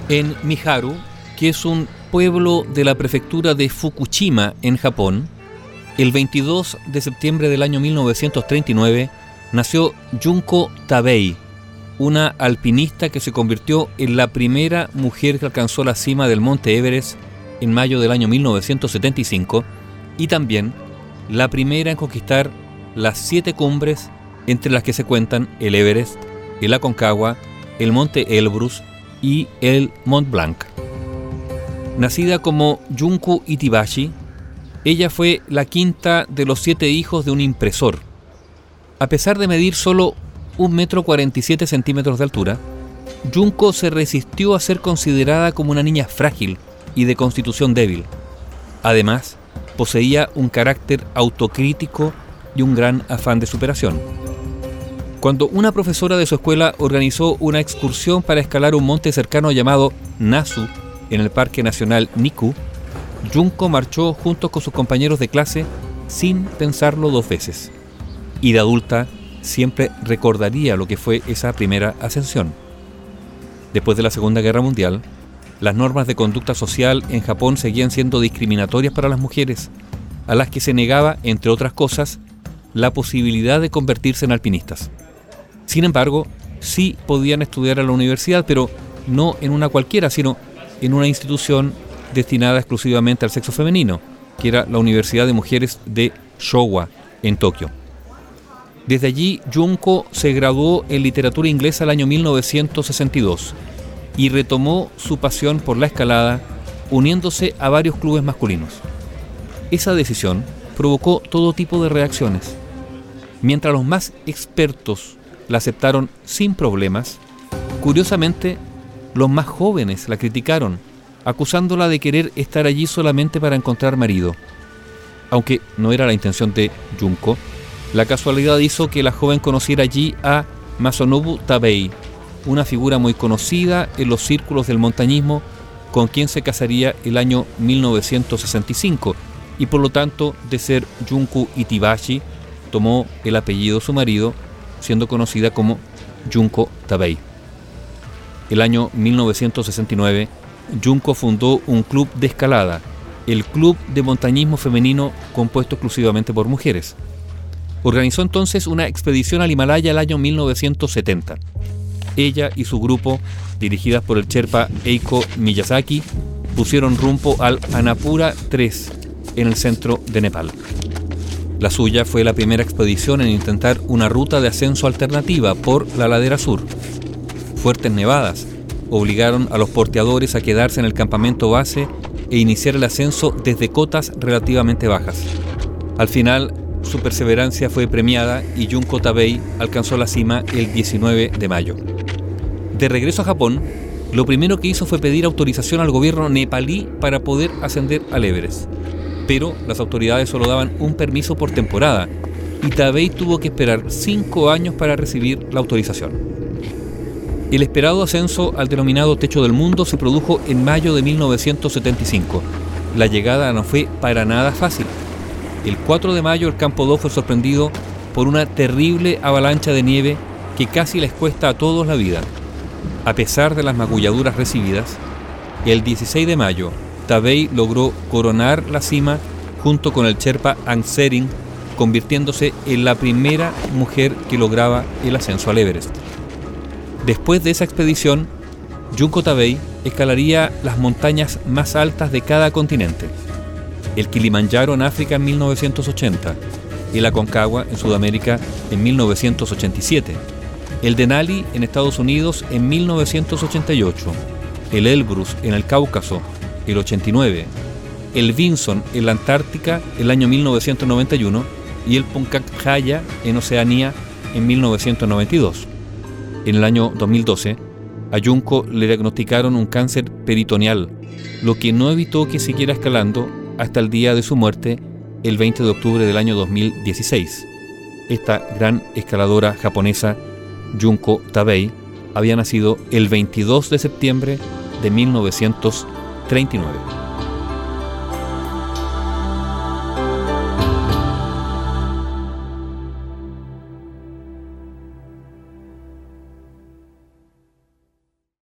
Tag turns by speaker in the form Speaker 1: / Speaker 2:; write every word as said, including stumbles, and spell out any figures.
Speaker 1: En Miharu, que es un pueblo de la prefectura de Fukushima, en Japón, el veintidós de septiembre del año mil novecientos treinta y nueve nació Junko Tabei, una alpinista que se convirtió en la primera mujer que alcanzó la cima del monte Everest en mayo del año mil novecientos setenta y cinco y también la primera en conquistar las siete cumbres, entre las que se cuentan el Everest, el Aconcagua, el monte Elbrus y el Mont Blanc. Nacida como Junko Itibashi, ella fue la quinta de los siete hijos de un impresor. A pesar de medir solo un metro cuarenta y siete centímetros de altura, Junko se resistió a ser considerada como una niña frágil y de constitución débil. Además, poseía un carácter autocrítico y un gran afán de superación. Cuando una profesora de su escuela organizó una excursión para escalar un monte cercano llamado Nasu en el Parque Nacional Niku, Junko marchó junto con sus compañeros de clase sin pensarlo dos veces. Y de adulta siempre recordaría lo que fue esa primera ascensión. Después de la Segunda Guerra Mundial, las normas de conducta social en Japón seguían siendo discriminatorias para las mujeres, a las que se negaba, entre otras cosas, la posibilidad de convertirse en alpinistas. Sin embargo, sí podían estudiar a la universidad, pero no en una cualquiera, sino en una institución destinada exclusivamente al sexo femenino, que era la Universidad de Mujeres de Showa, en Tokio. Desde allí, Junko se graduó en literatura inglesa el año mil novecientos sesenta y dos y retomó su pasión por la escalada, uniéndose a varios clubes masculinos. Esa decisión provocó todo tipo de reacciones. Mientras los más expertos la aceptaron sin problemas, curiosamente, los más jóvenes la criticaron, acusándola de querer estar allí solamente para encontrar marido. Aunque no era la intención de Junko, la casualidad hizo que la joven conociera allí a Masanobu Tabei, una figura muy conocida en los círculos del montañismo, con quien se casaría el año mil novecientos sesenta y cinco, y por lo tanto, de ser Junko Itibashi, tomó el apellido de su marido, siendo conocida como Junko Tabei. El año mil novecientos sesenta y nueve, Junko fundó un club de escalada, el Club de Montañismo Femenino, compuesto exclusivamente por mujeres. Organizó entonces una expedición al Himalaya el año mil novecientos setenta. Ella y su grupo, dirigidas por el Sherpa Eiko Miyazaki, pusieron rumbo al Annapurna tres, en el centro de Nepal. La suya fue la primera expedición en intentar una ruta de ascenso alternativa por la ladera sur. Fuertes nevadas obligaron a los porteadores a quedarse en el campamento base e iniciar el ascenso desde cotas relativamente bajas. Al final, su perseverancia fue premiada y Junko Tabei alcanzó la cima el diecinueve de mayo. De regreso a Japón, lo primero que hizo fue pedir autorización al gobierno nepalí para poder ascender al Everest. Pero las autoridades solo daban un permiso por temporada y Tabei tuvo que esperar cinco años para recibir la autorización. El esperado ascenso al denominado Techo del Mundo se produjo en mayo de mil novecientos setenta y cinco. La llegada no fue para nada fácil. El cuatro de mayo el campo dos fue sorprendido por una terrible avalancha de nieve que casi les cuesta a todos la vida. A pesar de las magulladuras recibidas, el dieciséis de mayo Tabei logró coronar la cima junto con el Sherpa Aung Sering, convirtiéndose en la primera mujer que lograba el ascenso al Everest. Después de esa expedición, Junko Tabei escalaría las montañas más altas de cada continente: el Kilimanjaro en África en mil novecientos ochenta, el Aconcagua en Sudamérica en mil novecientos ochenta y siete, el Denali en Estados Unidos en mil novecientos ochenta y ocho, el Elbrus en el Cáucaso el ochenta y nueve, el Vinson en la Antártica el año mil novecientos noventa y uno y el Puncak Jaya en Oceanía en mil novecientos noventa y dos. En el año dos mil doce, a Junko le diagnosticaron un cáncer peritoneal, lo que no evitó que siguiera escalando hasta el día de su muerte, el veinte de octubre del año dos mil dieciséis. Esta gran escaladora japonesa, Junko Tabei, había nacido el veintidós de septiembre de mil novecientos treinta y nueve.